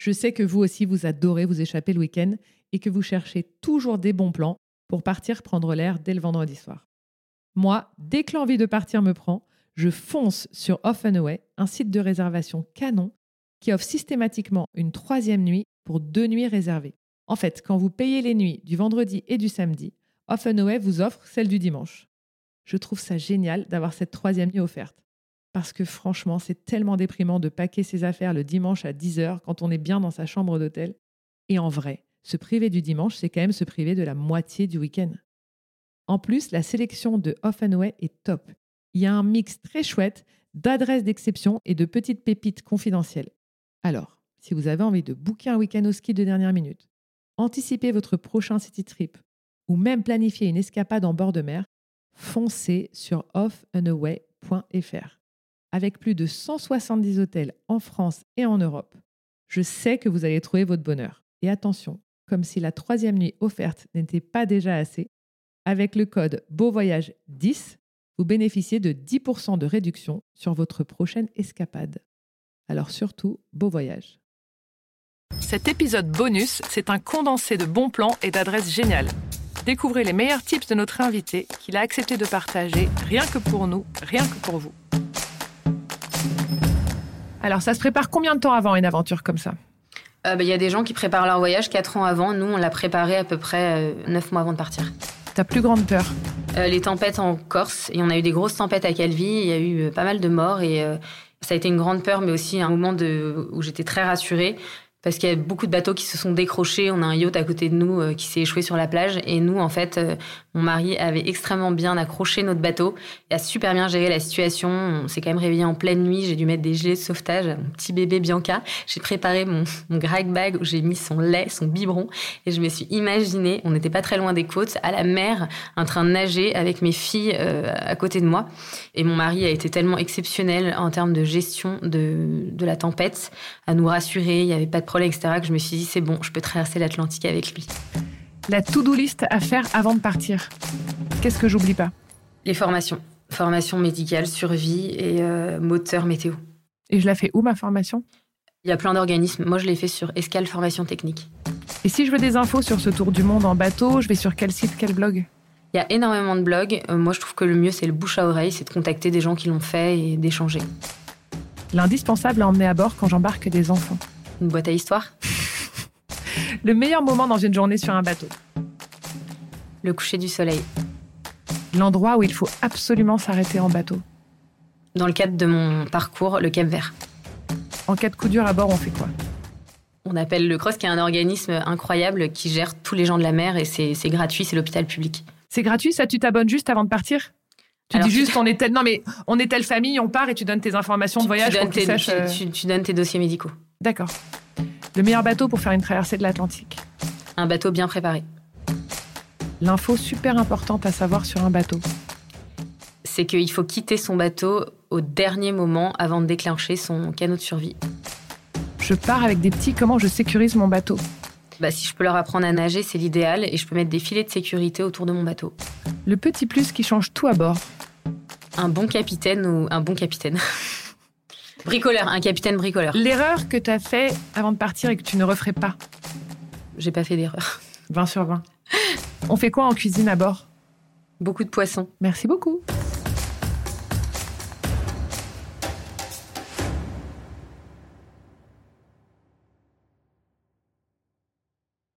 Je sais que vous aussi, vous adorez vous échapper le week-end et que vous cherchez toujours des bons plans pour partir prendre l'air dès le vendredi soir. Moi, dès que l'envie de partir me prend, je fonce sur Off and Away, un site de réservation canon qui offre systématiquement une 3e nuit pour 2 nuits réservées. En fait, quand vous payez les nuits du vendredi et du samedi, Off and Away vous offre celle du dimanche. Je trouve ça génial d'avoir cette 3e nuit offerte. Parce que franchement, c'est tellement déprimant de paquer ses affaires le dimanche à 10h quand on est bien dans sa chambre d'hôtel. Et en vrai, se priver du dimanche, c'est quand même se priver de la moitié du week-end. En plus, la sélection de Off and Away est top. Il y a un mix très chouette d'adresses d'exception et de petites pépites confidentielles. Alors, si vous avez envie de booker un week-end au ski de dernière minute, anticiper votre prochain city trip ou même planifier une escapade en bord de mer, foncez sur offandaway.fr. Avec plus de 170 hôtels en France et en Europe, je sais que vous allez trouver votre bonheur. Et attention, comme si la 3e nuit offerte n'était pas déjà assez, avec le code BEAUVOYAGE10, vous bénéficiez de 10% de réduction sur votre prochaine escapade. Alors surtout, beau voyage. Cet épisode bonus, c'est un condensé de bons plans et d'adresses géniales. Découvrez les meilleurs tips de notre invité qu'il a accepté de partager rien que pour nous, rien que pour vous. Alors, ça se prépare combien de temps avant une aventure comme ça ? Y a des gens qui préparent leur voyage 4 ans avant. Nous, on l'a préparé à peu près 9 mois avant de partir. Ta plus grande peur ? Les tempêtes en Corse. Et on a eu des grosses tempêtes à Calvi. Il y a eu pas mal de morts. Et ça a été une grande peur, mais aussi un moment où j'étais très rassurée. Parce qu'il y a beaucoup de bateaux qui se sont décrochés. On a un yacht à côté de nous qui s'est échoué sur la plage. Et nous, en fait, mon mari avait extrêmement bien accroché notre bateau et a super bien géré la situation. On s'est quand même réveillé en pleine nuit. J'ai dû mettre des gilets de sauvetage à mon petit bébé Bianca. J'ai préparé mon grag bag où j'ai mis son lait, son biberon. Et je me suis imaginée, on n'était pas très loin des côtes, à la mer, en train de nager avec mes filles à côté de moi. Et mon mari a été tellement exceptionnel en termes de gestion de la tempête, à nous rassurer. Il n'y avait pas de problème, etc., que je me suis dit, c'est bon, je peux traverser l'Atlantique avec lui. La to-do list à faire avant de partir. Qu'est-ce que j'oublie pas ? Les formations. Formation médicale, survie et moteur météo. Et je la fais où, ma formation ? Il y a plein d'organismes. Moi, je l'ai fait sur Escale Formation Technique. Et si je veux des infos sur ce tour du monde en bateau, je vais sur quel site, quel blog ? Il y a énormément de blogs. Moi, je trouve que le mieux, c'est le bouche à oreille, c'est de contacter des gens qui l'ont fait et d'échanger. L'indispensable à emmener à bord quand j'embarque des enfants. Une boîte à histoire. Le meilleur moment dans une journée sur un bateau. Le coucher du soleil. L'endroit où il faut absolument s'arrêter en bateau. Dans le cadre de mon parcours, le Cap-Vert. En cas de coup dur à bord, on fait quoi ? On appelle le CROSS, qui est un organisme incroyable qui gère tous les gens de la mer et c'est gratuit, c'est l'hôpital public. C'est gratuit, ça, tu t'abonnes juste avant de partir ? Alors, dis juste, on est telle famille, on part et tu donnes tes informations de voyage pour qu'ils sachent... Tu donnes tes dossiers médicaux. D'accord. Le meilleur bateau pour faire une traversée de l'Atlantique. Un bateau bien préparé. L'info super importante à savoir sur un bateau. C'est qu'il faut quitter son bateau au dernier moment avant de déclencher son canot de survie. Je pars avec des petits, comment je sécurise mon bateau ? Si je peux leur apprendre à nager, c'est l'idéal et je peux mettre des filets de sécurité autour de mon bateau. Le petit plus qui change tout à bord. Un bon capitaine ou un bon capitaine. Bricoleur, un capitaine bricoleur. L'erreur que tu as fait avant de partir et que tu ne referais pas. J'ai pas fait d'erreur. 20 sur 20. On fait quoi en cuisine à bord ? Beaucoup de poissons. Merci beaucoup.